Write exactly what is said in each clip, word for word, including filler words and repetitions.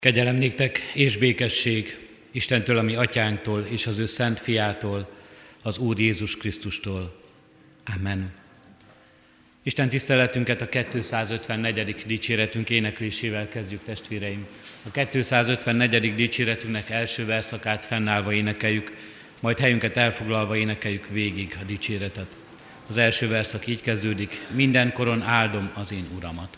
Kegyelem néktek és békesség Istentől, a mi atyánktól és az ő szent fiától, az Úr Jézus Krisztustól. Amen. Isten tiszteletünket a kétszázötvennegyedik dicséretünk éneklésével kezdjük, testvéreim. A kétszázötvennegyedik dicséretünknek első verszakát fennállva énekeljük, majd helyünket elfoglalva énekeljük végig a dicséretet. Az első verszak így kezdődik: mindenkoron áldom az én Uramat.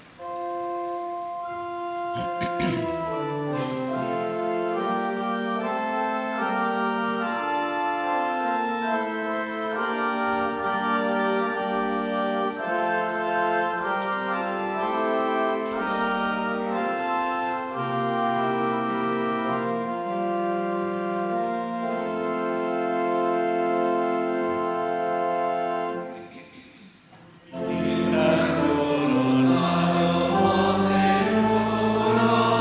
Mindenkoron áldom az én Uramat.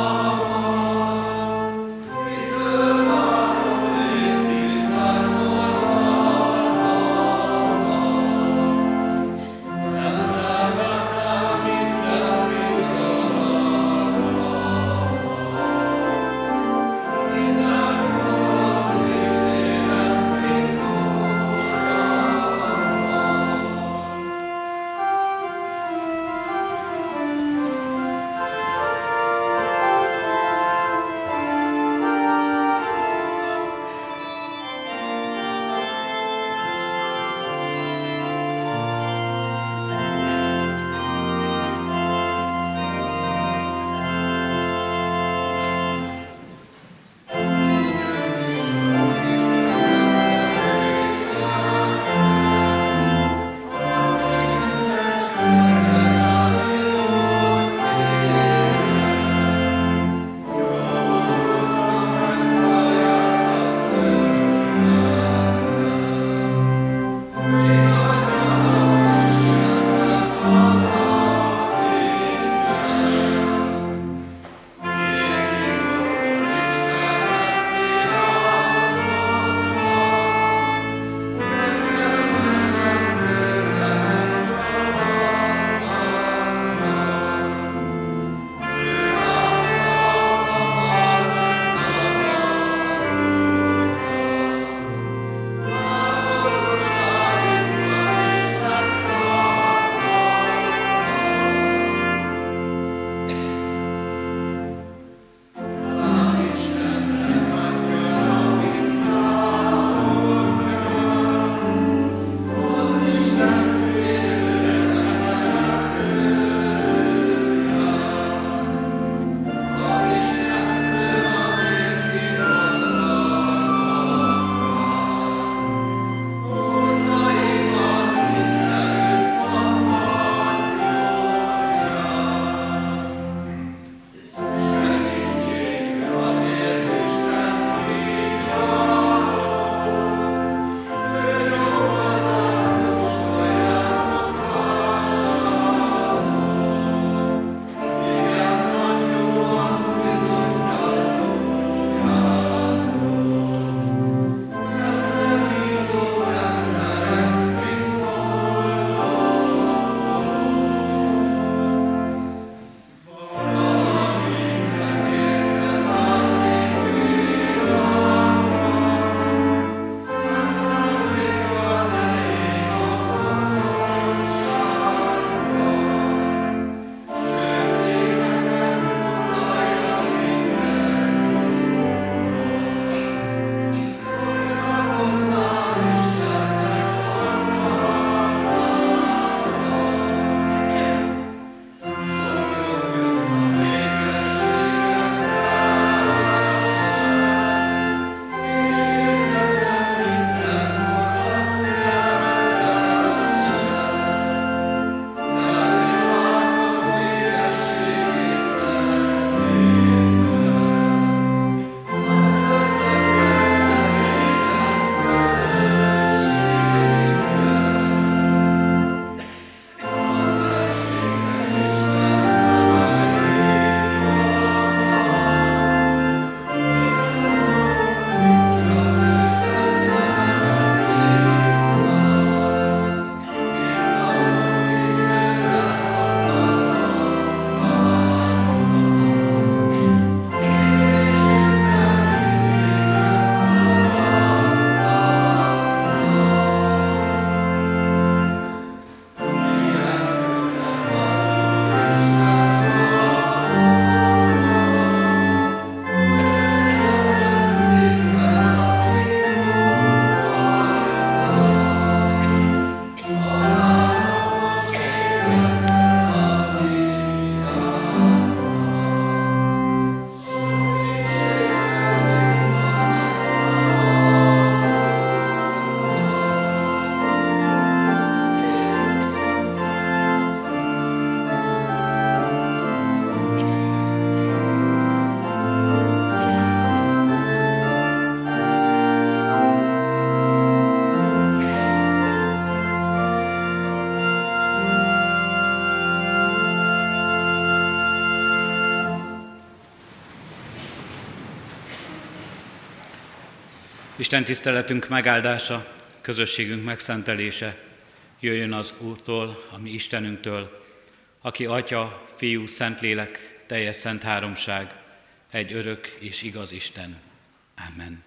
Isten tiszteletünk megáldása, közösségünk megszentelése jöjjön az Úrtól, a mi Istenünktől, aki Atya, Fiú, Szentlélek, teljes szent háromság, egy örök és igaz Isten. Amen.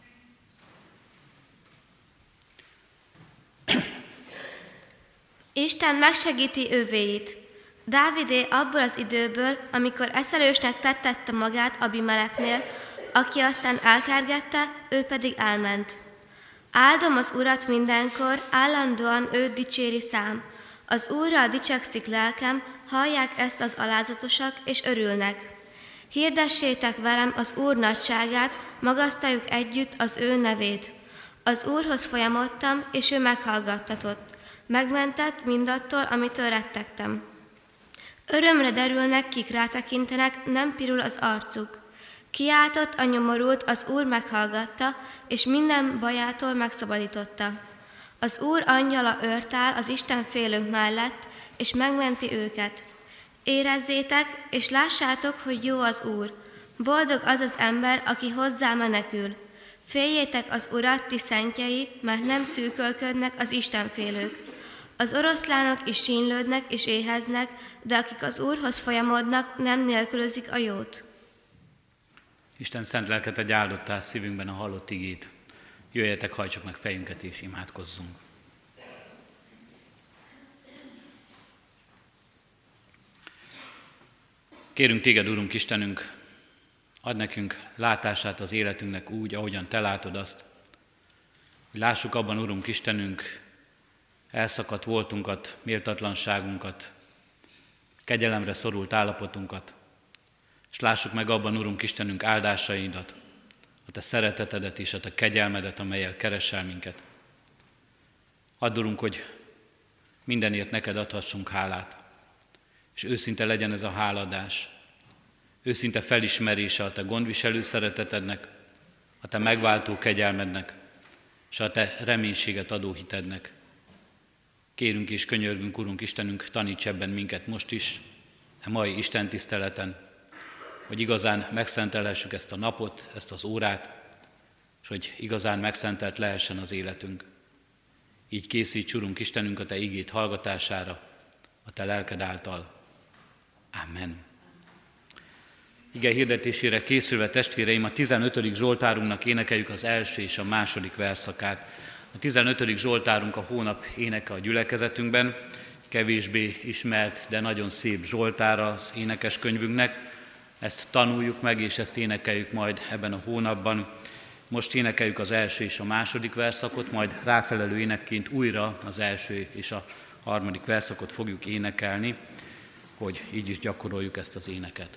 Isten megsegíti övéit. Dávidé abból az időből, amikor eszelősnek tettette magát Abimeleknél, aki aztán elkergette, ő pedig elment. Áldom az Urat mindenkor, állandóan őt dicséri szám. Az Úrral dicsekszik lelkem, hallják ezt az alázatosak, és örülnek. Hirdessétek velem az Úr nagyságát, magasztaljuk együtt az ő nevét. Az Úrhoz folyamodtam, és ő meghallgattatott. Megmentett mindattól, amitől rettegtem. Örömre derülnek, kik rátekintenek, nem pirul az arcuk. Kiáltott a nyomorult, az Úr meghallgatta, és minden bajától megszabadította. Az Úr angyala őrt áll az Isten félők mellett, és megmenti őket. Érezzétek, és lássátok, hogy jó az Úr. Boldog az az ember, aki hozzá menekül. Féljétek az Urat, ti szentjei, mert nem szűkölködnek az Istenfélők. Az oroszlánok is sínlődnek és éheznek, de akik az Úrhoz folyamodnak, nem nélkülözik a jót. Isten szent lelket egy áldottál szívünkben a hallott igét. Jöjjetek, hajtsuk meg fejünket és imádkozzunk. Kérünk téged, Urunk Istenünk, add nekünk látását az életünknek úgy, ahogyan te látod azt, hogy lássuk abban, Urunk Istenünk, elszakadt voltunkat, méltatlanságunkat, kegyelemre szorult állapotunkat, és lássuk meg abban, Urunk Istenünk, áldásaidat, a te szeretetedet és a te kegyelmedet, amellyel keresel minket. Add, Urunk, hogy mindenért neked adhassunk hálát, és őszinte legyen ez a háladás, őszinte felismerése a te gondviselő szeretetednek, a te megváltó kegyelmednek, és a te reménységet adó hitednek. Kérünk és könyörgünk, Urunk Istenünk, taníts ebben minket most is, a mai Isten tiszteleten, hogy igazán megszentelhessük ezt a napot, ezt az órát, és hogy igazán megszentelt lehessen az életünk. Így készíts, Urunk Istenünk, a te igét hallgatására, a te lelked által. Amen. Ige hirdetésére készülve, testvéreim, a tizenötödik Zsoltárunknak énekeljük az első és a második verszakát. A tizenötödik Zsoltárunk a hónap éneke a gyülekezetünkben, kevésbé ismert, de nagyon szép zsoltára az énekeskönyvünknek. Ezt tanuljuk meg, és ezt énekeljük majd ebben a hónapban. Most énekeljük az első és a második verszakot, majd ráfelelő énekként újra az első és a harmadik verszakot fogjuk énekelni, hogy így is gyakoroljuk ezt az éneket.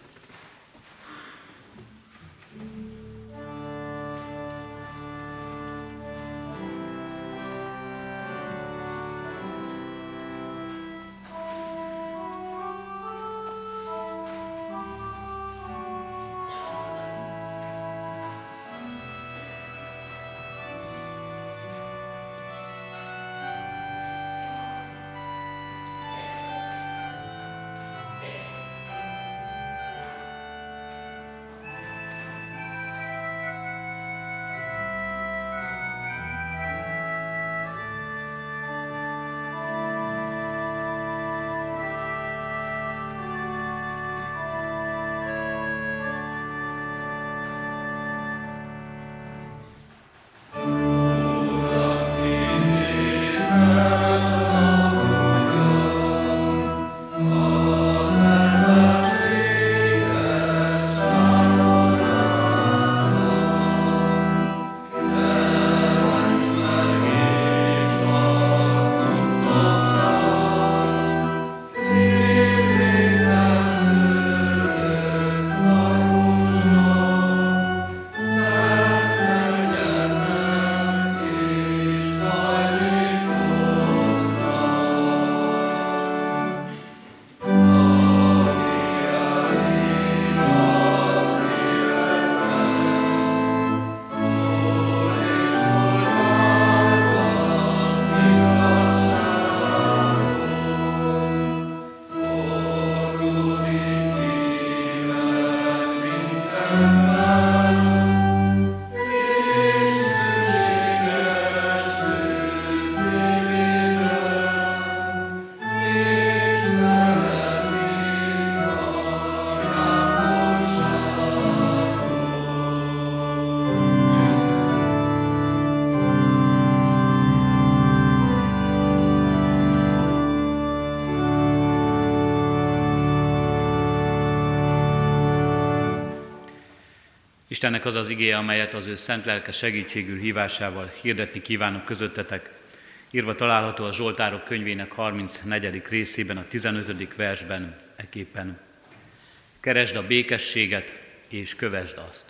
Istennek az az igéje, amelyet az ő szent lelke segítségül hívásával hirdetni kívánok közöttetek. Írva található a Zsoltárok könyvének harmincnegyedik részében, a tizenötödik versben eképpen. Keresd a békességet, és kövesd azt.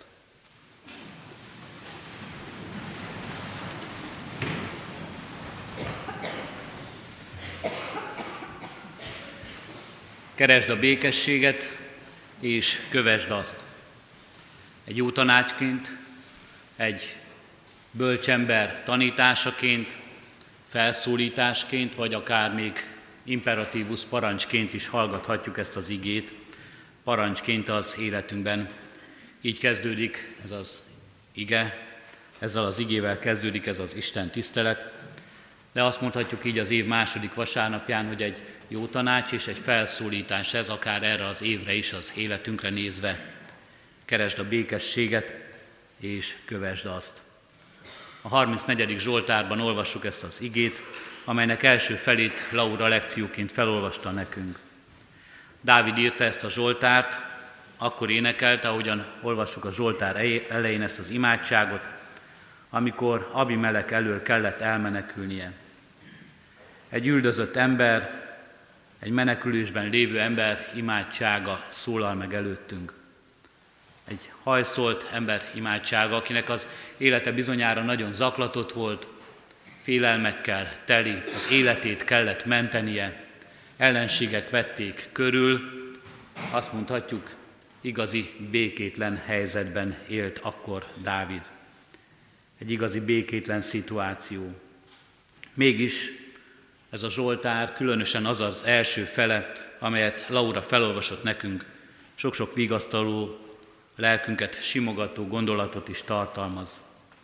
Keresd a békességet, és kövesd azt. Egy jó tanácsként, egy bölcsember tanításaként, felszólításként, vagy akár még imperatívus parancsként is hallgathatjuk ezt az igét, parancsként az életünkben. Így kezdődik ez az ige, ezzel az igével kezdődik ez az Isten tisztelet, de azt mondhatjuk így az év második vasárnapján, hogy egy jó tanács és egy felszólítás ez akár erre az évre is, az életünkre nézve. Keresd a békességet, és kövesd azt. A harmincnegyedik Zsoltárban olvassuk ezt az igét, amelynek első felét Laura lekcióként felolvasta nekünk. Dávid írta ezt a Zsoltárt, akkor énekelte, ahogyan olvassuk a Zsoltár elején ezt az imádságot, amikor Abimelek elől kellett elmenekülnie. Egy üldözött ember, egy menekülésben lévő ember imádsága szólal meg előttünk. Egy hajszolt ember imádsága, akinek az élete bizonyára nagyon zaklatott volt, félelmekkel teli, az életét kellett mentenie, ellenségek vették körül, azt mondhatjuk, igazi békétlen helyzetben élt akkor Dávid. Egy igazi békétlen szituáció. Mégis ez a Zsoltár, különösen az az első fele, amelyet Laura felolvasott nekünk, sok-sok vigasztaló, lelkünket simogató gondolatot is tartalmaz.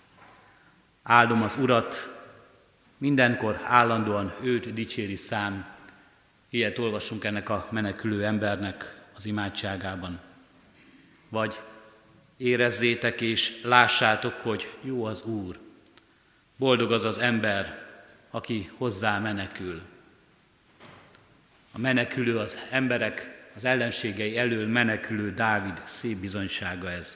Áldom az Urat, mindenkor állandóan őt dicséri szám. Ilyet olvasunk ennek a menekülő embernek az imádságában. Vagy érezzétek és lássátok, hogy jó az Úr. Boldog az az ember, aki hozzá menekül. A menekülő, az emberek, az ellenségei elől menekülő Dávid szép bizonysága ez.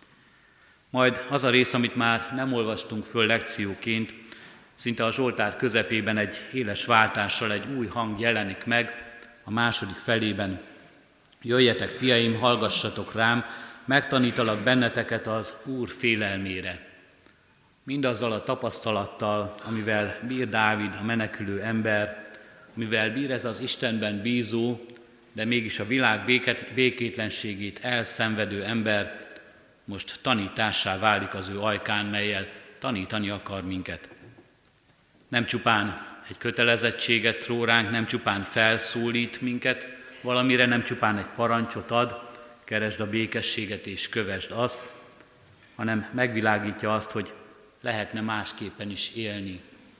Majd az a rész, amit már nem olvastunk föl lekcióként, szinte a Zsoltár közepében egy éles váltással egy új hang jelenik meg, a második felében. Jöjjetek, fiaim, hallgassatok rám, megtanítalak benneteket az Úr félelmére. Mindazzal a tapasztalattal, amivel bír Dávid, a menekülő ember, amivel bír ez az Istenben bízó, de mégis a világ béket, békétlenségét elszenvedő ember, most tanítássá válik az ő ajkán, mellyel tanítani akar minket. Nem csupán egy kötelezettséget ró ránk, nem csupán felszólít minket valamire, nem csupán egy parancsot ad, keresd a békességet és kövesd azt, hanem megvilágítja azt, hogy lehetne másképpen is élni.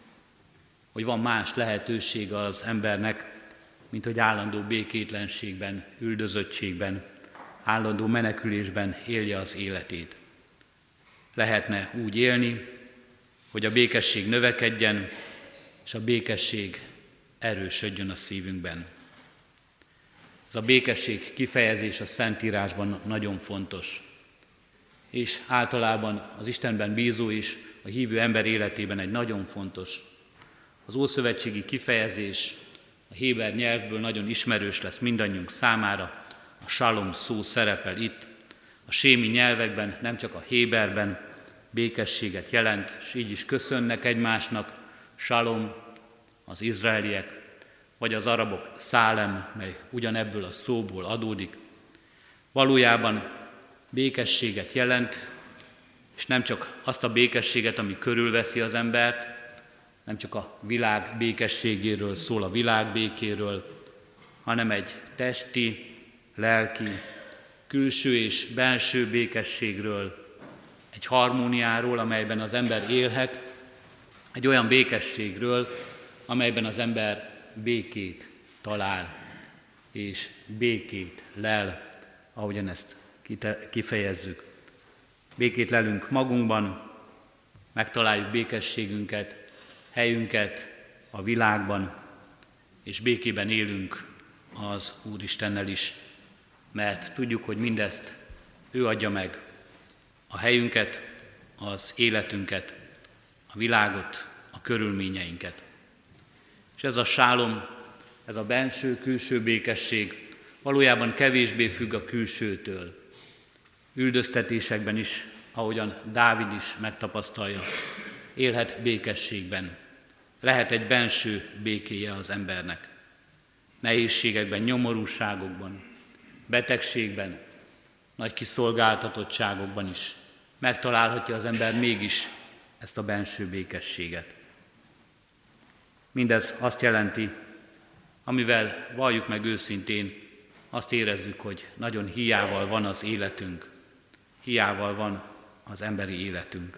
Hogy van más lehetősége az embernek, mint hogy állandó békétlenségben, üldözöttségben, állandó menekülésben élje az életét. Lehetne úgy élni, hogy a békesség növekedjen, és a békesség erősödjön a szívünkben. Ez a békesség kifejezés a Szentírásban nagyon fontos. És általában az Istenben bízó is a hívő ember életében egy nagyon fontos. Az ószövetségi kifejezés a héber nyelvből nagyon ismerős lesz mindannyiunk számára. A salom szó szerepel itt. A sémi nyelvekben, nem csak a héberben békességet jelent, és így is köszönnek egymásnak. Salom az izraeliek, vagy az arabok szálem, mely ugyanebből a szóból adódik. Valójában békességet jelent, és nem csak azt a békességet, ami körülveszi az embert, nem csak a világ békességéről szól, a világ békéről, hanem egy testi, lelki, külső és belső békességről, egy harmóniáról, amelyben az ember élhet, egy olyan békességről, amelyben az ember békét talál, és békét lel, ahogyan ezt kifejezzük. Békét lelünk magunkban, megtaláljuk békességünket, helyünket a világban, és békében élünk az Úristennel is, mert tudjuk, hogy mindezt ő adja meg a helyünket, az életünket, a világot, a körülményeinket. És ez a sálom, ez a benső-külső békesség valójában kevésbé függ a külsőtől. Üldöztetésekben is, ahogyan Dávid is megtapasztalja, élhet békességben. Lehet egy benső békéje az embernek. Nehézségekben, nyomorúságokban, betegségben, nagy kiszolgáltatottságokban is megtalálhatja az ember mégis ezt a benső békességet. Mindez azt jelenti, amivel valljuk meg őszintén, azt érezzük, hogy nagyon hiával van az életünk, hiával van az emberi életünk.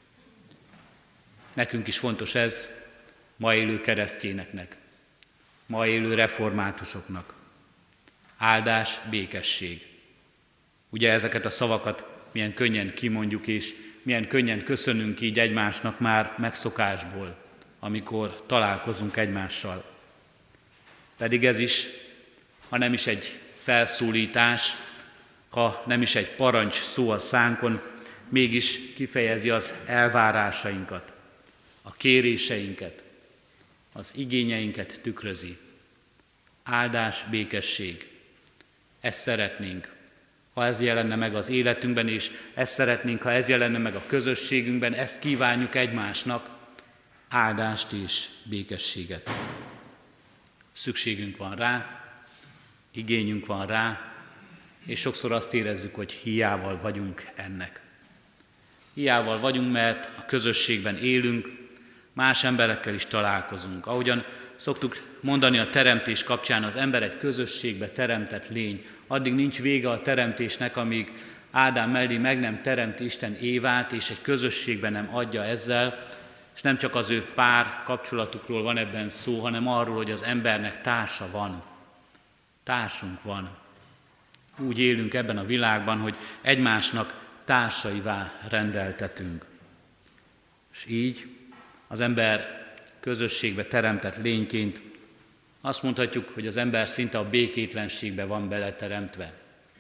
Nekünk is fontos ez, ma élő keresztényeknek, ma élő reformátusoknak. Áldás, békesség. Ugye ezeket a szavakat milyen könnyen kimondjuk, és milyen könnyen köszönünk így egymásnak már megszokásból, amikor találkozunk egymással. Pedig ez is, ha nem is egy felszólítás, ha nem is egy parancs szó a szánkon, mégis kifejezi az elvárásainkat, a kéréseinket, az igényeinket tükrözi. Áldás, békesség. Ezt szeretnénk, ha ez jelenne meg az életünkben, és ezt szeretnénk, ha ez jelenne meg a közösségünkben, ezt kívánjuk egymásnak, áldást és békességet. Szükségünk van rá, igényünk van rá, és sokszor azt érezzük, hogy hiával vagyunk ennek. Hiával vagyunk, mert a közösségben élünk, más emberekkel is találkozunk. Ahogyan szoktuk mondani a teremtés kapcsán, az ember egy közösségbe teremtett lény. Addig nincs vége a teremtésnek, amíg Ádám mellé meg nem teremt Isten Évát, és egy közösségben nem adja ezzel, és nem csak az ő pár kapcsolatukról van ebben szó, hanem arról, hogy az embernek társa van. Társunk van. Úgy élünk ebben a világban, hogy egymásnak társaivá rendeltetünk. És így az ember közösségbe teremtett lényként azt mondhatjuk, hogy az ember szinte a békétlenségbe van beleteremtve.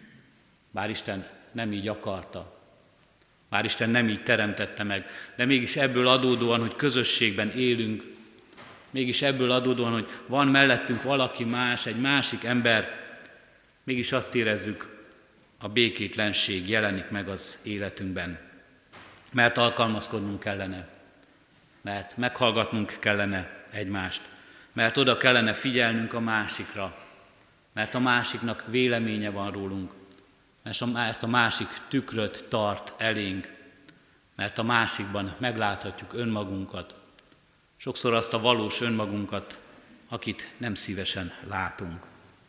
Bár Isten nem így akarta, bár Isten nem így teremtette meg, de mégis ebből adódóan, hogy közösségben élünk, mégis ebből adódóan, hogy van mellettünk valaki más, egy másik ember, mégis azt érezzük, a békétlenség jelenik meg az életünkben. Mert alkalmazkodnunk kellene, mert meghallgatnunk kellene egymást, mert oda kellene figyelnünk a másikra, mert a másiknak véleménye van rólunk, mert a másik tükröt tart elénk, mert a másikban megláthatjuk önmagunkat, sokszor azt a valós önmagunkat, akit nem szívesen látunk.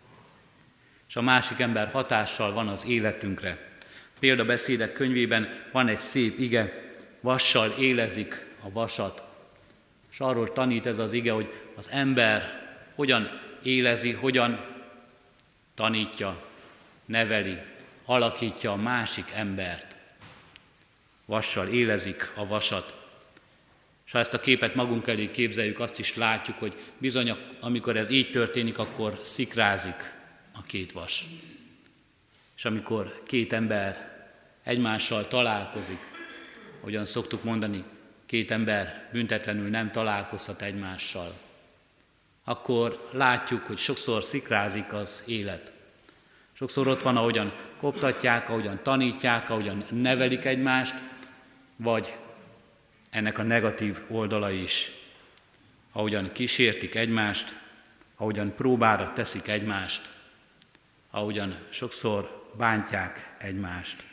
És a másik ember hatással van az életünkre. Példabeszédek könyvében van egy szép ige, vassal élezik a vasat. És arról tanít ez az ige, hogy az ember hogyan élezi, hogyan tanítja, neveli, alakítja a másik embert. Vassal élezik a vasat. És ha ezt a képet magunk elé képzeljük, azt is látjuk, hogy bizony, amikor ez így történik, akkor szikrázik a két vas. És amikor két ember egymással találkozik, ahogyan szoktuk mondani, két ember büntetlenül nem találkozhat egymással, akkor látjuk, hogy sokszor szikrázik az élet. Sokszor ott van, ahogyan koptatják, ahogyan tanítják, ahogyan nevelik egymást, vagy ennek a negatív oldala is, ahogyan kísértik egymást, ahogyan próbára teszik egymást, ahogyan sokszor bántják egymást.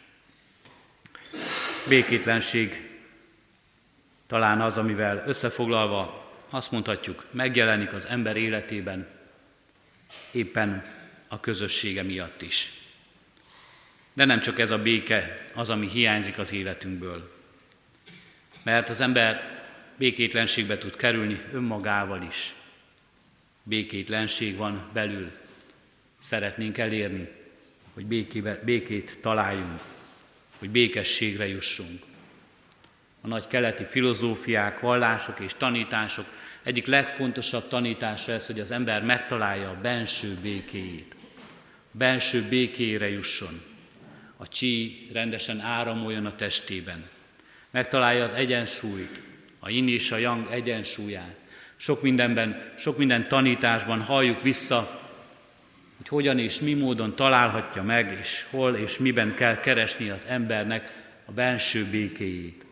Békétlenség talán az, amivel összefoglalva azt mondhatjuk, megjelenik az ember életében éppen a közössége miatt is. De nem csak ez a béke az, ami hiányzik az életünkből. Mert az ember békétlenségbe tud kerülni önmagával is. Békétlenség van belül. Szeretnénk elérni, hogy békébe, békét találjunk, hogy békességre jussunk. A nagy keleti filozófiák, vallások és tanítások egyik legfontosabb tanítása ez, hogy az ember megtalálja a benső békéjét. Benső békéjére jusson. a csí rendesen áramoljon a testében. Megtalálja az egyensúlyt, a yin és a yang egyensúlyát. Sok mindenben, sok minden tanításban halljuk vissza, hogy hogyan és mi módon találhatja meg, és hol és miben kell keresni az embernek a belső békéjét.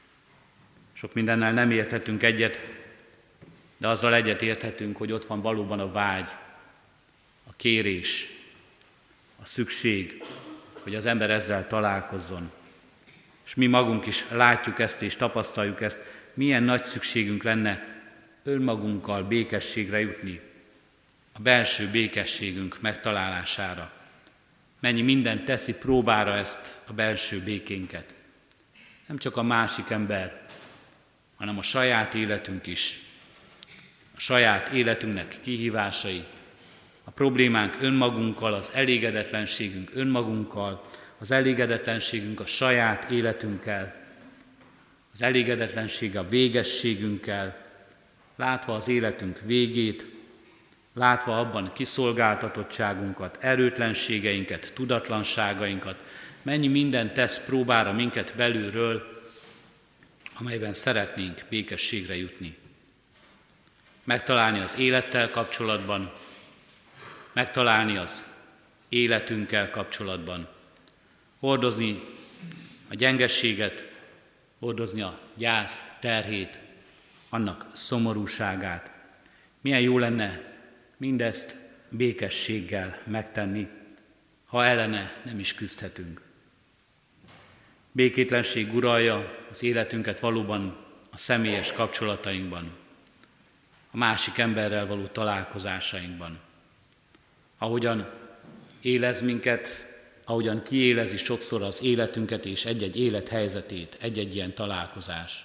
Sok mindennel nem érthetünk egyet, de azzal egyet érthetünk, hogy ott van valóban a vágy, a kérés, a szükség, hogy az ember ezzel találkozzon. És mi magunk is látjuk ezt és tapasztaljuk ezt, milyen nagy szükségünk lenne önmagunkkal békességre jutni, a belső békességünk megtalálására. Mennyi mindent teszi próbára ezt a belső békénket. Nem csak a másik ember, hanem a saját életünk is. A saját életünknek kihívásai, a problémánk önmagunkkal, az elégedetlenségünk önmagunkkal, az elégedetlenségünk a saját életünkkel, az elégedetlenség a végességünkkel, látva az életünk végét, látva abban kiszolgáltatottságunkat, erőtlenségeinket, tudatlanságainkat, mennyi mindent tesz próbára minket belülről, amelyben szeretnénk békességre jutni. Megtalálni az élettel kapcsolatban, megtalálni az életünkkel kapcsolatban, hordozni a gyengességet, hordozni a gyász terhét, annak szomorúságát. Milyen jó lenne mindezt békességgel megtenni, ha ellene nem is küzdhetünk. Békétlenség uralja az életünket valóban a személyes kapcsolatainkban, a másik emberrel való találkozásainkban. Ahogyan élez minket, ahogyan kiélezi sokszor az életünket és egy-egy élethelyzetét, egy-egy ilyen találkozás.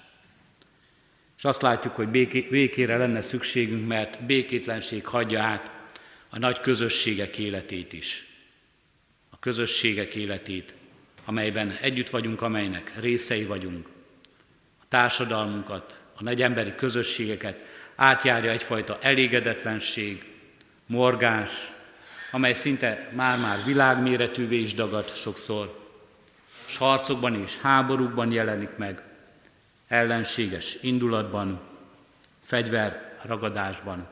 És azt látjuk, hogy béké, békére lenne szükségünk, mert békétlenség hagyja át a nagy közösségek életét is. A közösségek életét, amelyben együtt vagyunk, amelynek részei vagyunk. A társadalmunkat, a nagyemberi közösségeket átjárja egyfajta elégedetlenség, morgás, amely szinte már-már világméretűvé is dagad sokszor, s harcokban és háborúkban jelenik meg, ellenséges indulatban, fegyverragadásban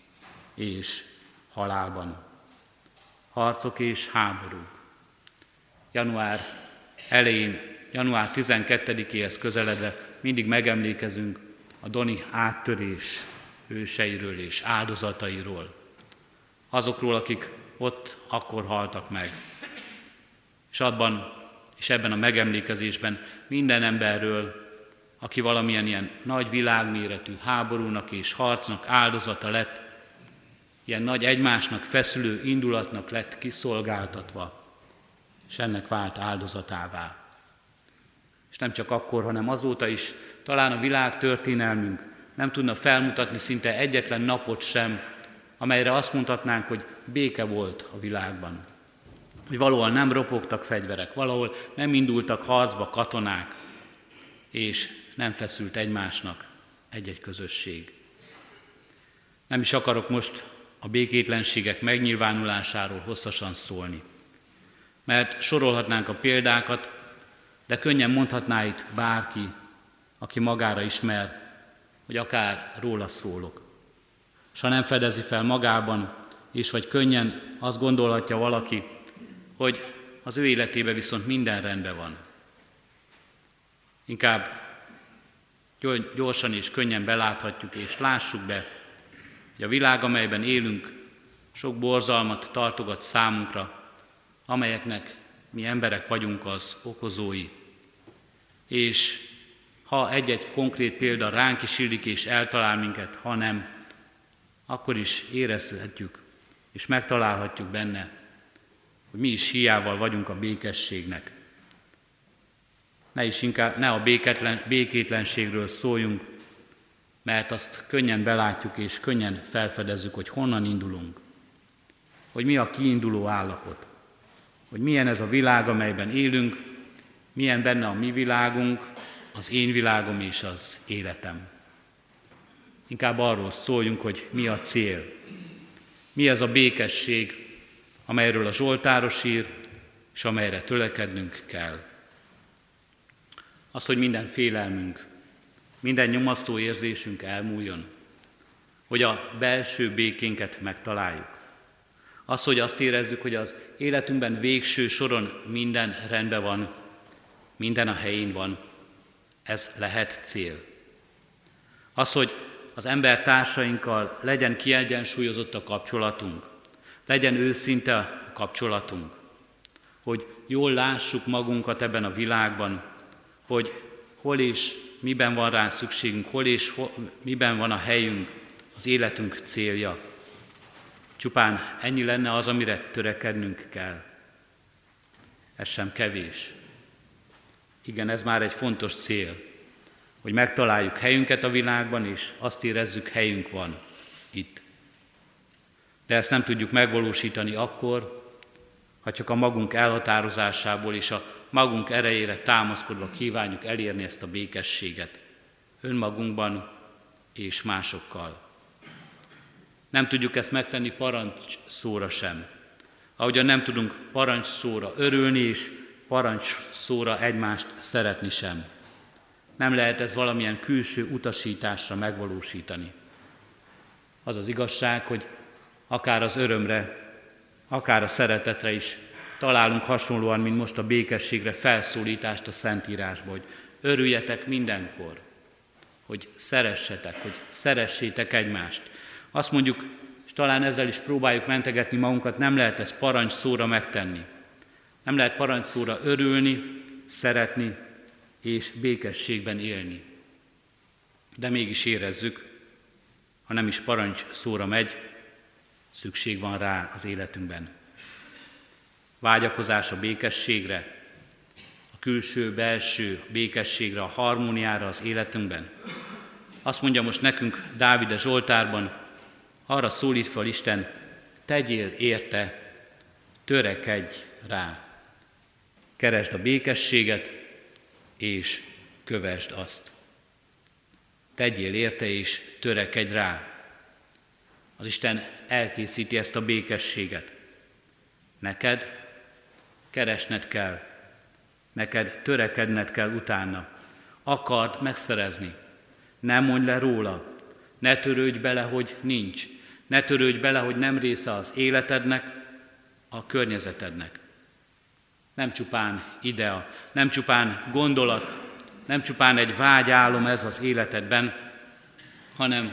és halálban. Harcok és háborúk. Január elején, január tizenkettedikéhez közeledve mindig megemlékezünk a doni áttörés hőseiről és áldozatairól. Azokról, akik ott akkor haltak meg. És abban és ebben a megemlékezésben minden emberről, aki valamilyen ilyen nagy világméretű háborúnak és harcnak áldozata lett, ilyen nagy egymásnak feszülő indulatnak lett kiszolgáltatva, és ennek vált áldozatává. És nem csak akkor, hanem azóta is talán a világ történelmünk nem tudna felmutatni szinte egyetlen napot sem, amelyre azt mondhatnánk, hogy béke volt a világban. Hogy valahol nem ropogtak fegyverek, valahol nem indultak harcba katonák, és nem feszült egymásnak egy-egy közösség. Nem is akarok most a békétlenségek megnyilvánulásáról hosszasan szólni, mert sorolhatnánk a példákat, de könnyen mondhatná itt bárki, aki magára ismer, hogy akár róla szólok. S ha nem fedezi fel magában, és vagy könnyen azt gondolhatja valaki, hogy az ő életében viszont minden rendben van. Inkább gyorsan és könnyen beláthatjuk, és lássuk be, hogy a világ, amelyben élünk, sok borzalmat tartogat számunkra, amelyeknek mi emberek vagyunk az okozói. És ha egy-egy konkrét példa ránk is illik és eltalál minket, ha nem, akkor is érezhetjük és megtalálhatjuk benne, hogy mi is hiával vagyunk a békességnek. Ne is inkább ne a béketlen, békétlenségről szóljunk, mert azt könnyen belátjuk és könnyen felfedezzük, hogy honnan indulunk, hogy mi a kiinduló állapot, hogy milyen ez a világ, amelyben élünk, milyen benne a mi világunk, az én világom és az életem. Inkább arról szóljunk, hogy mi a cél, mi ez a békesség, amelyről a Zsoltáros ír, és és amelyre törekednünk kell. Az, hogy minden félelmünk, minden nyomasztó érzésünk elmúljon, hogy a belső békénket megtaláljuk. Az, hogy azt érezzük, hogy az életünkben végső soron minden rendben van, minden a helyén van, ez lehet cél. Az, hogy az embertársainkkal legyen kiegyensúlyozott a kapcsolatunk, legyen őszinte a kapcsolatunk, hogy jól lássuk magunkat ebben a világban, hogy hol és miben van rá szükségünk, hol és hol, miben van a helyünk, az életünk célja. Csupán ennyi lenne az, amire törekednünk kell. Ez sem kevés. Igen, ez már egy fontos cél, hogy megtaláljuk helyünket a világban, és azt érezzük, helyünk van itt. De ezt nem tudjuk megvalósítani akkor, ha csak a magunk elhatározásából és a magunk erejére támaszkodva kívánjuk elérni ezt a békességet önmagunkban és másokkal. Nem tudjuk ezt megtenni parancsszóra sem. Ahogyan nem tudunk parancsszóra örülni és parancsszóra egymást szeretni sem. Nem lehet ez valamilyen külső utasításra megvalósítani. Az az igazság, hogy akár az örömre, akár a szeretetre is találunk hasonlóan, mint most a békességre felszólítást a Szentírásból, hogy örüljetek mindenkor, hogy szeressetek, hogy szeressétek egymást. Azt mondjuk, és talán ezzel is próbáljuk mentegetni magunkat, nem lehet ezt parancsszóra megtenni. Nem lehet parancsszóra örülni, szeretni és békességben élni. De mégis érezzük, ha nem is parancsszóra megy, szükség van rá az életünkben. Vágyakozás a békességre, a külső-belső békességre, a harmóniára az életünkben. Azt mondja most nekünk Dávid a Zsoltárban, arra szólít fel Isten, tegyél érte, törekedj rá. Keresd a békességet, és kövesd azt. Tegyél érte, és törekedj rá. Az Isten elkészíti ezt a békességet. Neked keresned kell, neked törekedned kell utána. Akard megszerezni. Ne mondj le róla. Ne törődj bele, hogy nincs. Ne törődj bele, hogy nem része az életednek, a környezetednek. Nem csupán idea, nem csupán gondolat, nem csupán egy vágyálom ez az életedben, hanem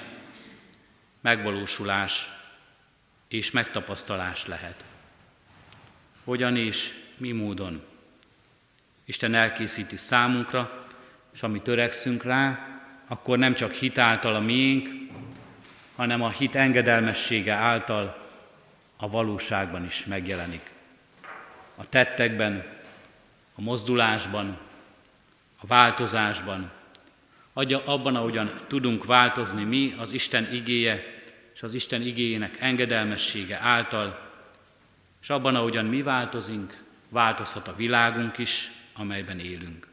megvalósulás és megtapasztalás lehet. Hogyan és mi módon? Isten elkészíti számunkra, és ami törekszünk rá, akkor nem csak hit által a miénk, hanem a hit engedelmessége által a valóságban is megjelenik. A tettekben, a mozdulásban, a változásban, abban, ahogyan tudunk változni mi, az Isten igéje és az Isten igéjének engedelmessége által, és abban, ahogyan mi változunk, változhat a világunk is, amelyben élünk.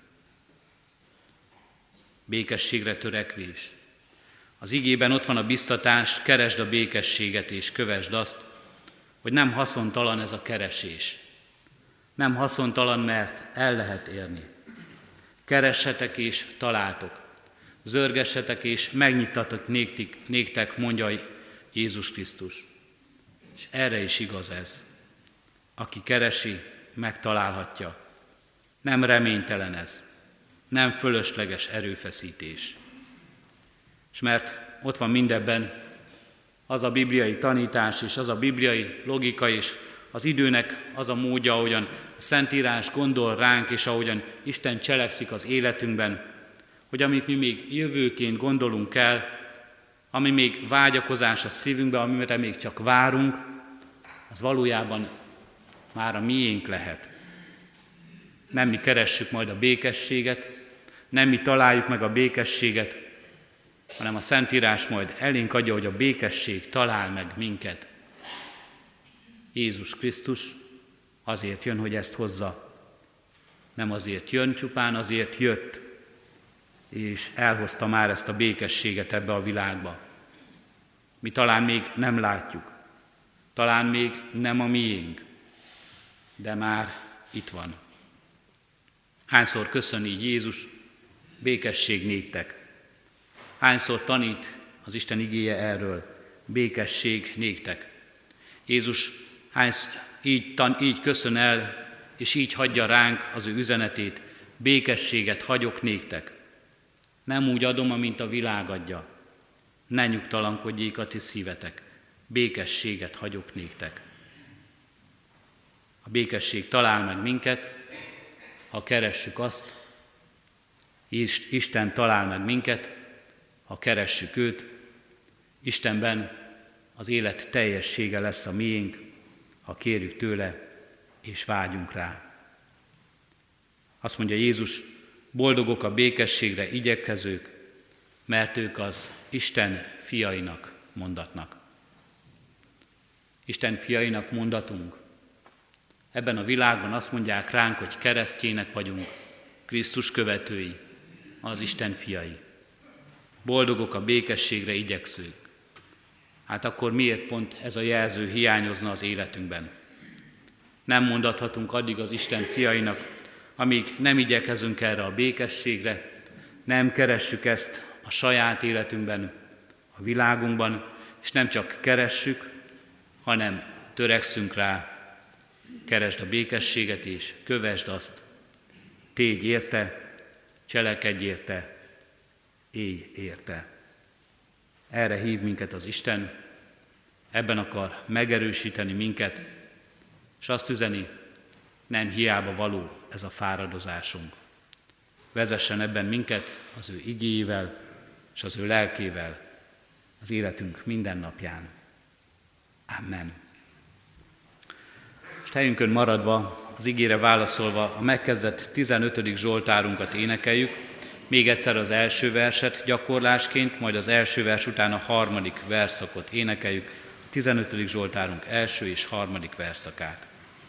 Békességre törekvés. Az igében ott van a biztatás, keresd a békességet és kövesd azt, hogy nem haszontalan ez a keresés. Nem haszontalan, mert el lehet érni. Keressetek és találtok. Zörgessetek és megnyitatok néktek, néktek, mondja Jézus Krisztus. És erre is igaz ez. Aki keresi, megtalálhatja. Nem reménytelen ez. Nem fölösleges erőfeszítés. És mert ott van mindebben az a bibliai tanítás, és az a bibliai logika, és az időnek az a módja, ahogyan a Szentírás gondol ránk, és ahogyan Isten cselekszik az életünkben, hogy amit mi még jövőként gondolunk el, ami még vágyakozás a szívünkbe, amire még csak várunk, az valójában már a miénk lehet. Nem mi keressük majd a békességet, nem mi találjuk meg a békességet, hanem a Szentírás majd elénk adja, hogy a békesség talál meg minket. Jézus Krisztus azért jön, hogy ezt hozza. Nem azért jön, csupán azért jött, és elhozta már ezt a békességet ebbe a világba. Mi talán még nem látjuk, talán még nem a miénk, de már itt van. Hányszor köszön így Jézus, békesség néktek. Hányszor tanít az Isten igéje erről, békesség néktek. Jézus hányszor így, tan, így köszön el, és így hagyja ránk az ő üzenetét, békességet hagyok néktek. Nem úgy adom, amint a világ adja. Ne nyugtalankodjék a ti szívetek, békességet hagyok néktek. A békesség talál meg minket, ha keressük azt, és Isten talál meg minket, ha keressük őt. Istenben az élet teljessége lesz a miénk, ha kérjük tőle, és vágyunk rá. Azt mondja Jézus, boldogok a békességre igyekezők, mert ők az Isten fiainak mondatnak. Isten fiainak mondatunk. Ebben a világban azt mondják ránk, hogy keresztjének vagyunk, Krisztus követői, az Isten fiai. Boldogok a békességre igyekszők. Hát akkor miért pont ez a jelző hiányozna az életünkben? Nem mondathatunk addig az Isten fiainak, amíg nem igyekezünk erre a békességre, nem keressük ezt a saját életünkben, a világunkban, és nem csak keressük, hanem törekszünk rá. Keresd a békességet és kövesd azt. Tégy érte, cselekedj érte, élj érte. Erre hív minket az Isten, ebben akar megerősíteni minket, és azt üzeni, nem hiába való ez a fáradozásunk. Vezessen ebben minket az ő igéjével és az ő lelkével az életünk minden napján. Amen. És helyünkön maradva, az igére válaszolva a megkezdett tizenötödik zsoltárunkat énekeljük, még egyszer az első verset gyakorlásként, majd az első vers után a harmadik verszakot énekeljük, a tizenötödik zsoltárunk első és harmadik verszakát.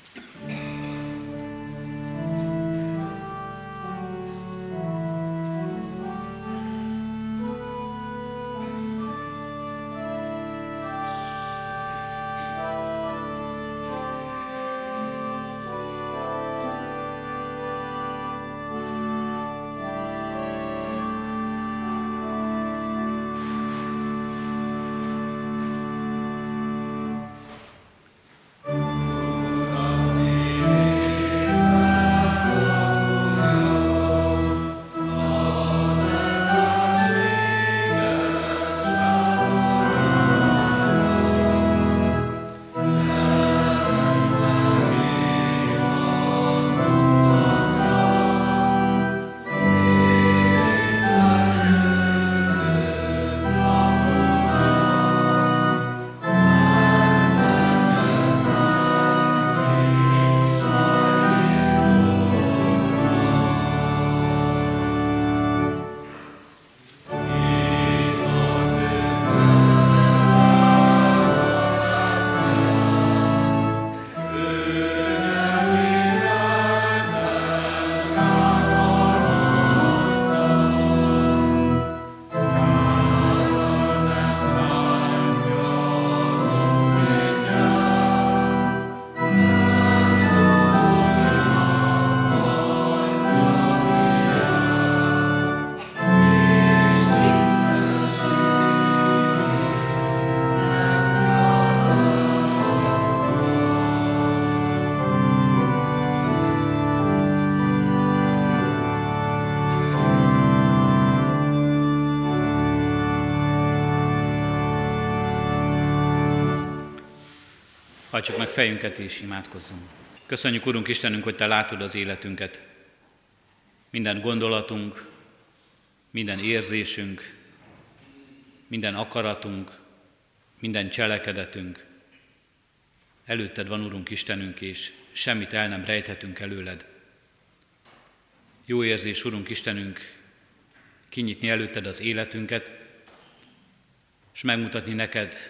Hajtsuk meg fejünket és imádkozzunk. Köszönjük, Urunk Istenünk, hogy Te látod az életünket. Minden gondolatunk, minden érzésünk, minden akaratunk, minden cselekedetünk előtted van, Urunk Istenünk, és semmit el nem rejthetünk előled. Jó érzés, Urunk Istenünk, kinyitni előtted az életünket, és megmutatni neked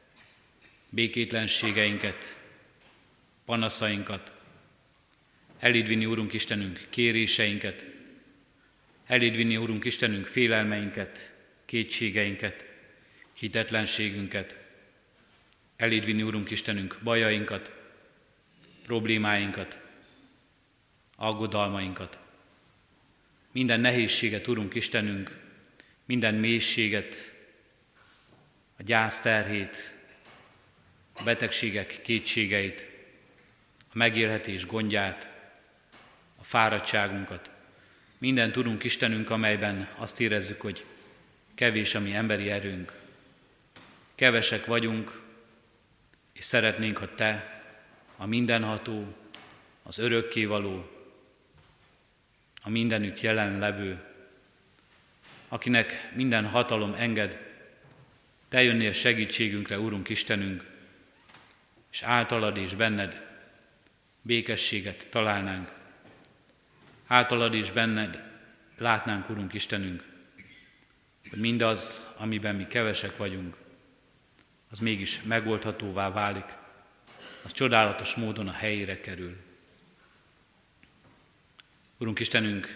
békétlenségeinket, panaszainkat, eléd vinni, Urunk Istenünk, kéréseinket, eléd vinni, Urunk Istenünk, félelmeinket, kétségeinket, hitetlenségünket, eléd vinni, Urunk Istenünk, bajainkat, problémáinkat, aggodalmainkat. Minden nehézséget, Urunk Istenünk, minden mélységet, a gyász terhét, a betegségek kétségeit, a megélhetés gondját, a fáradtságunkat, minden Urunk Istenünk, amelyben azt érezzük, hogy kevés a mi emberi erőnk. Kevesek vagyunk, és szeretnénk, ha Te, a mindenható, az örökkévaló, a mindenütt jelenlevő, akinek minden hatalom enged, Te jönnél segítségünkre, Urunk Istenünk, és általad és benned békességet találnánk. Általad és benned látnánk, Urunk Istenünk, hogy mindaz, amiben mi kevesek vagyunk, az mégis megoldhatóvá válik, az csodálatos módon a helyére kerül. Urunk Istenünk,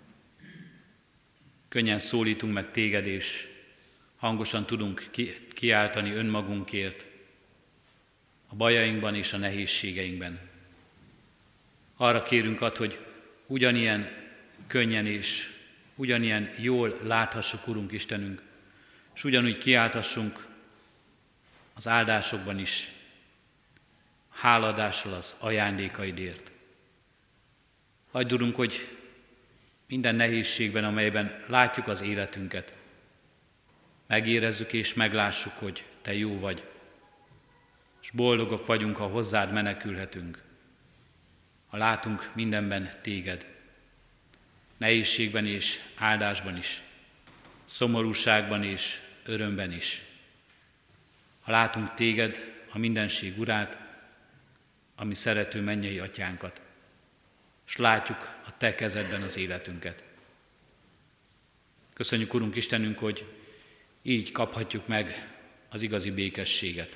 könnyen szólítunk meg Téged, és hangosan tudunk ki, kiáltani önmagunkért, a bajainkban és a nehézségeinkben. Arra kérünk ad, hogy ugyanilyen könnyen és ugyanilyen jól láthassuk, Urunk Istenünk, és ugyanúgy kiáltassunk az áldásokban is, háladással az ajándékaidért. Adj, Urunk, hogy minden nehézségben, amelyben látjuk az életünket, megérezzük és meglássuk, hogy Te jó vagy, és boldogok vagyunk, ha hozzád menekülhetünk, ha látunk mindenben Téged, nehézségben és áldásban is, szomorúságban és örömben is. Ha látunk Téged, a mindenség Urát, a mi szerető mennyei Atyánkat, és látjuk a Te kezedben az életünket. Köszönjük, Urunk Istenünk, hogy így kaphatjuk meg az igazi békességet.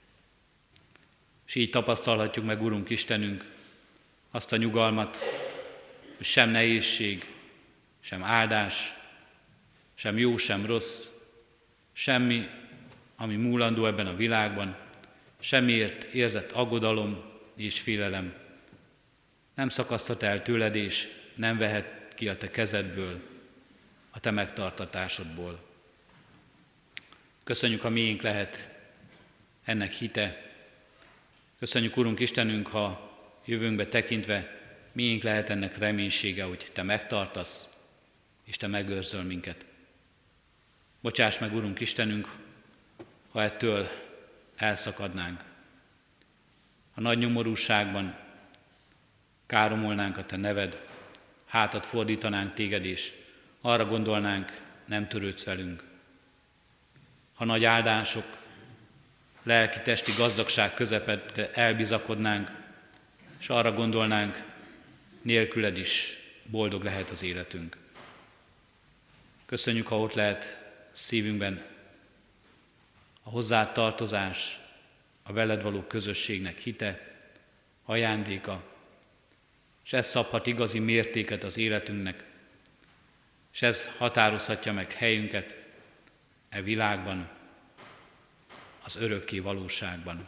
És így tapasztalhatjuk meg, Urunk Istenünk, azt a nyugalmat, hogy sem nehézség, sem áldás, sem jó, sem rossz, semmi, ami múlandó ebben a világban, semmiért érzett aggodalom és félelem nem szakaszthat el tőled, és nem vehet ki a te kezedből, a te megtartatásodból. Köszönjük, ha miénk lehet ennek hite. Köszönjük, Urunk Istenünk, ha jövőnkbe tekintve miénk lehet ennek reménysége, hogy Te megtartasz, és Te megőrzöl minket. Bocsáss meg, Urunk Istenünk, ha ettől elszakadnánk. A nagy nyomorúságban káromolnánk a Te neved, hátat fordítanánk Téged, és arra gondolnánk, nem törődsz velünk. Ha nagy áldások, lelki-testi gazdagság közepette elbizakodnánk, és arra gondolnánk, nélküled is boldog lehet az életünk. Köszönjük, ha ott lehet szívünkben a hozzád tartozás, a veled való közösségnek hite, ajándéka, és ez szabhat igazi mértéket az életünknek, és ez határozhatja meg helyünket e világban, az örökké valóságban.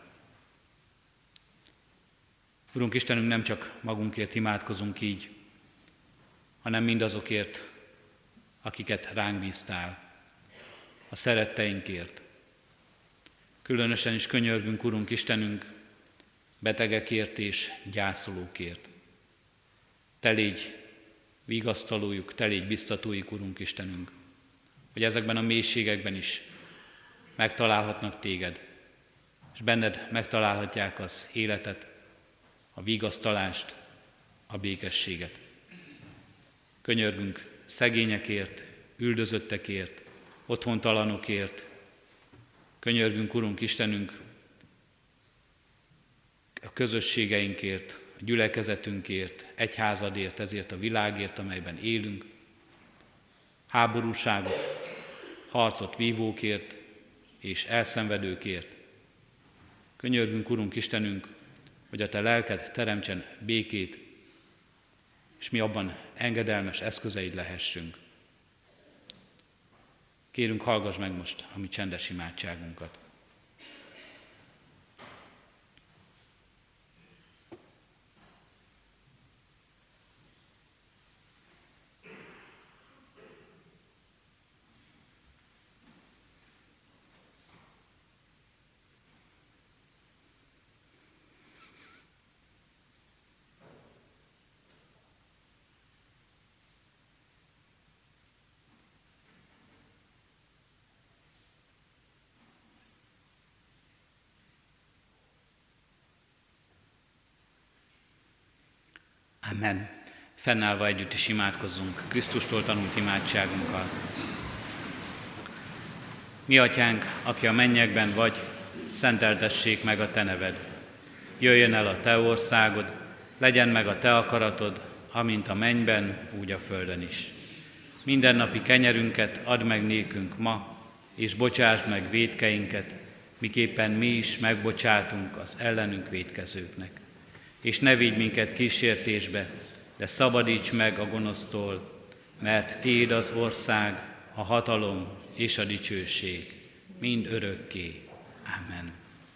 Urunk Istenünk, nem csak magunkért imádkozunk így, hanem mindazokért, akiket ránk bíztál, a szeretteinkért. Különösen is könyörgünk, Urunk Istenünk, betegekért és gyászolókért. Te légy vigasztalójuk, Te légy biztatójuk, Urunk Istenünk, hogy ezekben a mélységekben is megtalálhatnak Téged, és benned megtalálhatják az életet, a vigasztalást, a békességet. Könyörgünk szegényekért, üldözöttekért, otthontalanokért. Könyörgünk, Urunk Istenünk, a közösségeinkért, a gyülekezetünkért, egyházadért, ezért a világért, amelyben élünk. Háborúságot, harcot vívókért és elszenvedőkért. Könyörgünk, Urunk Istenünk, hogy a Te lelked teremtsen békét, és mi abban engedelmes eszközeid lehessünk. Kérünk, hallgass meg most a mi csendes imádságunkat. Amen. Fennállva együtt is imádkozzunk Krisztustól tanult imádságunkkal. Mi atyánk, aki a mennyekben vagy, szenteltessék meg a te neved. Jöjjön el a te országod, legyen meg a te akaratod, amint a mennyben, úgy a földön is. Mindennapi kenyerünket add meg nékünk ma, és bocsásd meg vétkeinket, miképpen mi is megbocsátunk az ellenünk vétkezőknek. És ne vigy minket kísértésbe, de szabadíts meg a gonosztól, mert tiéd az ország, a hatalom és a dicsőség, mind örökké. Amen.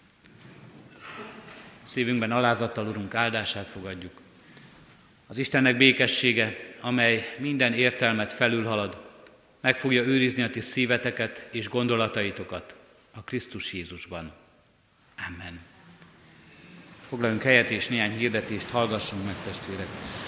Szívünkben alázattal, Urunk, áldását fogadjuk. Az Istennek békessége, amely minden értelmet felülhalad, meg fogja őrizni a ti szíveteket és gondolataitokat a Krisztus Jézusban. Amen. Foglaljunk helyet és néhány hirdetést hallgassunk meg, testvérek.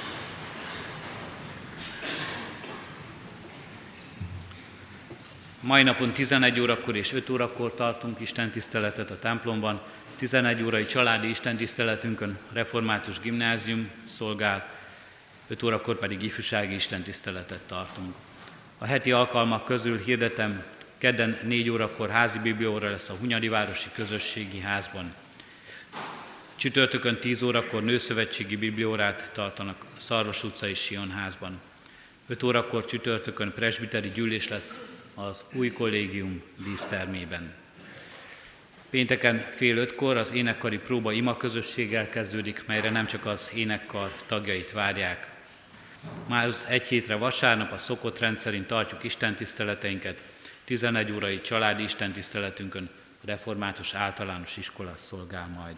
Mai napon tizenegy órakor és öt órakor tartunk istentiszteletet a templomban. tizenegy órai családi istentiszteletünkön Református Gimnázium szolgál, öt órakor pedig ifjúsági istentiszteletet tartunk. A heti alkalmak közül hirdetem, kedden négy órakor házi bibliaóra lesz a Hunyadivárosi Közösségi Házban. Csütörtökön tíz órakor nőszövetségi bibliaórát tartanak a Szarvas utcai Sionházban. öt órakor csütörtökön presbiteri gyűlés lesz az új kollégium dísztermében. Pénteken fél ötkor az énekkari próba ima közösséggel kezdődik, melyre nem csak az énekkar tagjait várják. Már az egy hétre vasárnap a szokott rendszerint tartjuk istentiszteleteinket, tizenegy órai családi istentiszteletünkön a Református Általános Iskola szolgál majd.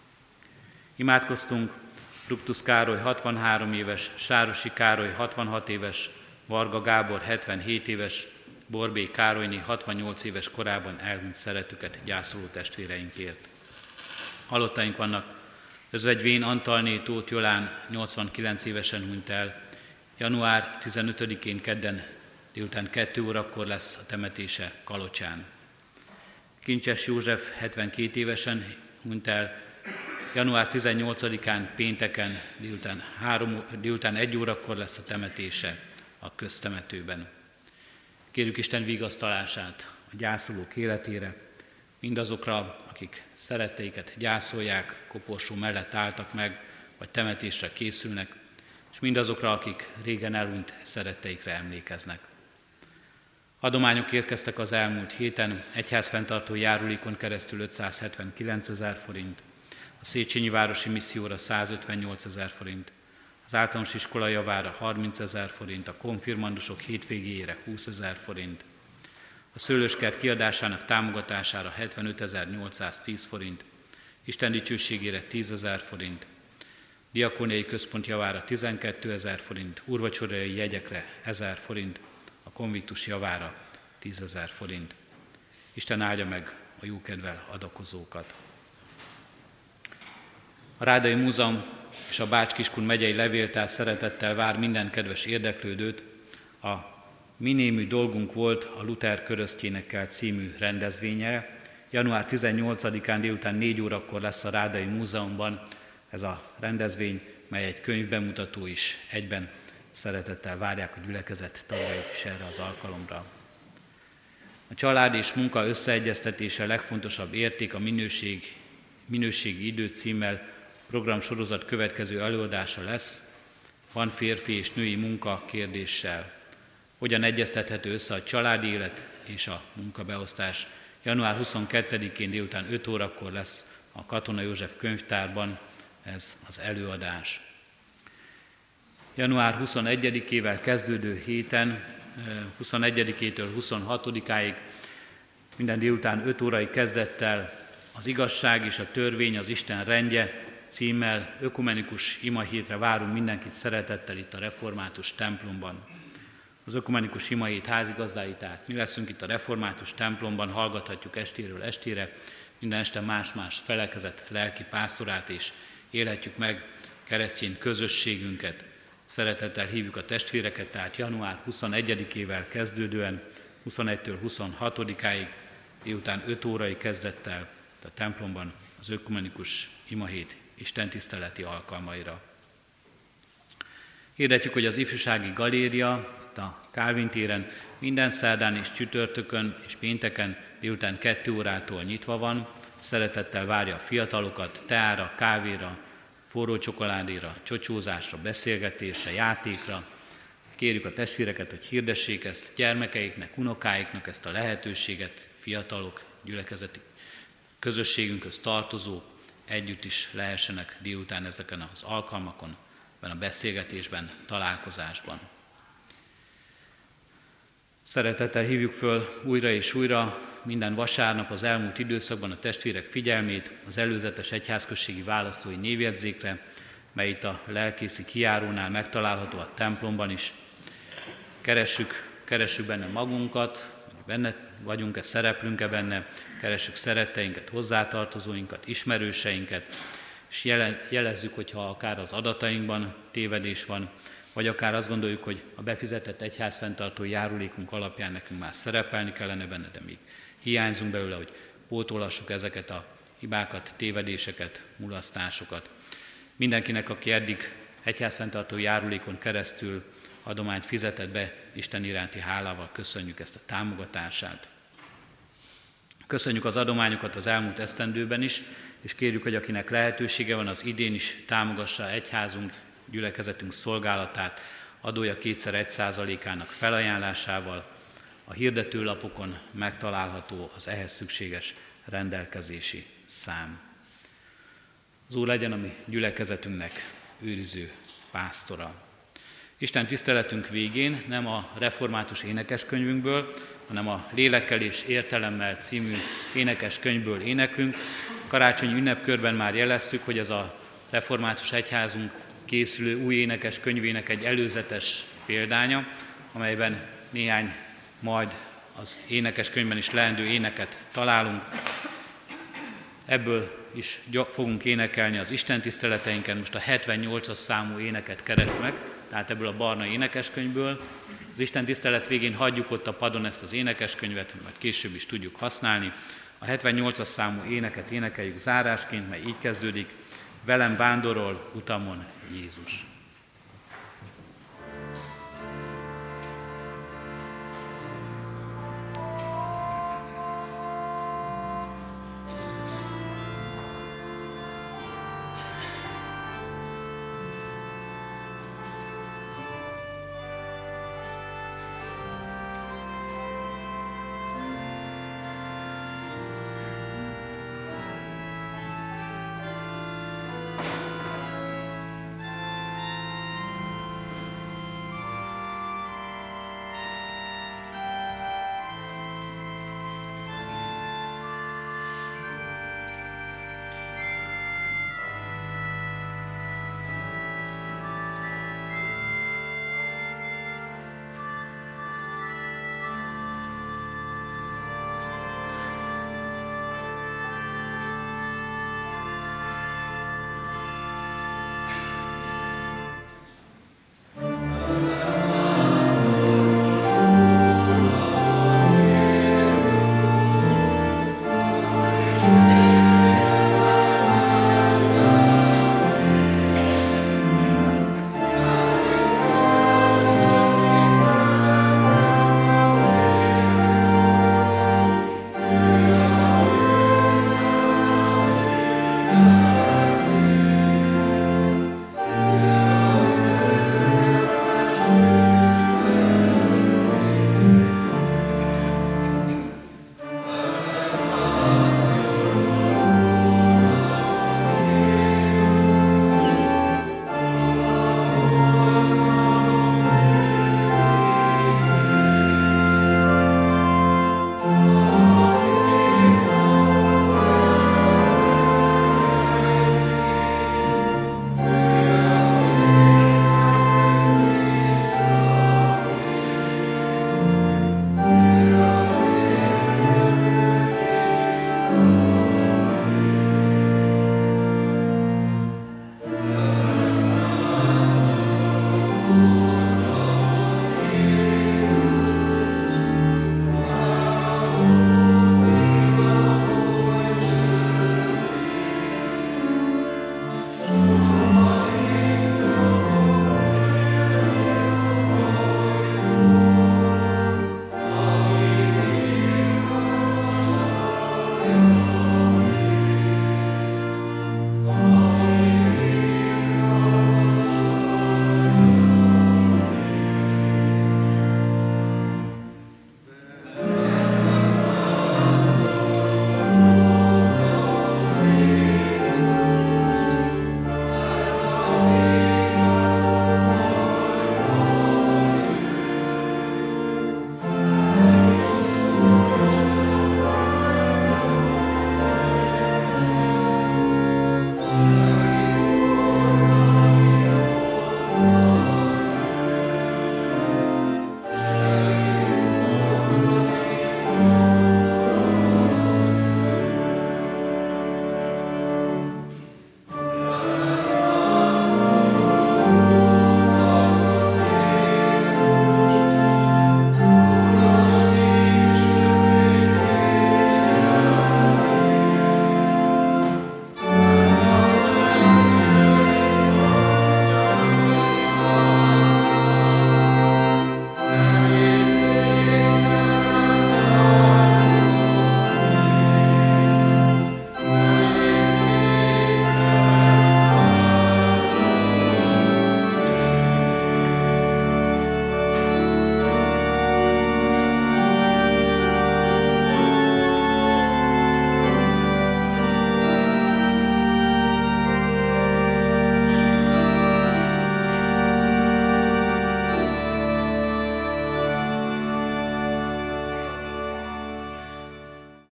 Imádkoztunk Fruktusz Károly hatvanhárom éves, Sárosi Károly hatvanhat éves, Varga Gábor hetvenhét éves, Borbély Károlyné hatvannyolc éves korában elhunyt szeretüket gyászoló testvéreinkért. Halottaink vannak: Özvegy Antalné Tóth Jolán nyolcvankilenc évesen hunyt el, január tizenötödikén kedden délután kettő órakor lesz a temetése Kalocsán. Kincses József hetvenkét évesen hunyt el, január tizennyolcadikán pénteken délután, három, délután egy órakor lesz a temetése a köztemetőben. Kérjük Isten vigasztalását a gyászolók életére, mindazokra, akik szeretteiket gyászolják, koporsó mellett álltak meg, vagy temetésre készülnek, és mindazokra, akik régen elhunyt szeretteikre emlékeznek. Adományok érkeztek az elmúlt héten, egyházfenntartó járulékon keresztül ötszázhetvenkilencezer forint, a Széchenyi Városi Misszióra százötvennyolcezer forint, az általános iskola javára harmincezer forint, a konfirmandusok hétvégéjére húszezer forint, a szőlőskert kiadásának támogatására hetvenötezer-nyolcszáztíz forint, Isten dicsőségére tízezer forint, diakóniai központ javára tizenkétezer forint, úrvacsorai jegyekre ezer forint, a konviktus javára tízezer forint. Isten áldja meg a jókedvel adakozókat. A Rádai Múzeum és a Bács-Kiskun megyei levéltár szeretettel vár minden kedves érdeklődőt a Mi némű dolgunk volt a Luther Köröztjénekkel című rendezvényre. január tizennyolcadikán délután négy órakor lesz a Rádai Múzeumban ez a rendezvény, mely egy könyvbemutató is egyben. Szeretettel várják a gyülekezet tagjait is erre az alkalomra. A család és munka összeegyeztetése legfontosabb érték a minőség, minőségi idő címmel programsorozat következő előadása lesz, van férfi és női munka kérdéssel. Hogyan egyeztethető össze a családi élet és a munkabeosztás? január huszonkettedikén délután öt órakor lesz a Katona József könyvtárban ez az előadás. január huszonegyedikével kezdődő héten, huszonegyedikétől huszonhatodikáig minden délután öt órai kezdettel az Igazság és a törvény, az Isten rendje címmel ökumenikus imahétre várunk mindenkit szeretettel itt a Református templomban. Az ökumenikus imahét házigazdáit, tehát mi leszünk itt a Református templomban, hallgathatjuk estéről estére, minden este más-más felekezet lelki pásztorát, és élhetjük meg keresztény közösségünket. Szeretettel hívjuk a testvéreket, tehát január huszonegyedikével kezdődően huszonegytől huszonhatodikáig, délután öt órai kezdettel a templomban az ökumenikus imahét istentiszteleti alkalmaira. Hirdetjük, hogy az ifjúsági galéria a Kálvin téren minden szerdán és csütörtökön és pénteken délután kettő órától nyitva van. Szeretettel várja a fiatalokat teára, kávéra, forró csokoládéra, csocsózásra, beszélgetésre, játékra. Kérjük a testvéreket, hogy hirdessék ezt gyermekeiknek, unokáiknak ezt a lehetőséget, fiatalok, gyülekezeti közösségünkhöz tartozó, együtt is lehessenek délután ezeken az alkalmakon, a beszélgetésben, találkozásban. Szeretettel hívjuk föl újra és újra minden vasárnap az elmúlt időszakban a testvérek figyelmét az előzetes egyházközségi választói névjegyzékre, mely itt a lelkészi kijárónál megtalálható a templomban is. Keressük, keressük benne magunkat, benne vagyunk-e, szereplünk-e benne, keressük szeretteinket, hozzátartozóinkat, ismerőseinket, és jelezzük, hogyha akár az adatainkban tévedés van, vagy akár azt gondoljuk, hogy a befizetett egyházfenntartó járulékunk alapján nekünk már szerepelni kellene benne, de még hiányzunk belőle, hogy pótolhassuk ezeket a hibákat, tévedéseket, mulasztásokat. Mindenkinek, aki eddig egyházfenntartó járulékon keresztül adományt fizetett be, Isten iránti hálával köszönjük ezt a támogatását. Köszönjük az adományokat az elmúlt esztendőben is, és kérjük, hogy akinek lehetősége van, az idén is támogassa egyházunk, gyülekezetünk szolgálatát, adója kétszer egy százalékának felajánlásával. A hirdetőlapokon megtalálható az ehhez szükséges rendelkezési szám. Az Úr legyen a mi gyülekezetünknek őriző pásztora. Isten tiszteletünk végén nem a református énekeskönyvünkből, hanem a Lélekkel és értelemmel című énekeskönyvből éneklünk. Karácsonyi ünnepkörben már jeleztük, hogy ez a református egyházunk készülő új énekeskönyvének egy előzetes példánya, amelyben néhány majd az énekeskönyvben is leendő éneket találunk. Ebből is fogunk énekelni az Isten tiszteleteinken. Most a hetvennyolcas számú éneket keresd meg, tehát ebből a barna énekeskönyvből. Az Isten tisztelet végén hagyjuk ott a padon ezt az énekeskönyvet, hogy majd később is tudjuk használni. A hetvennyolcas számú éneket énekeljük zárásként, mely így kezdődik: velem vándorol utamon Jézus.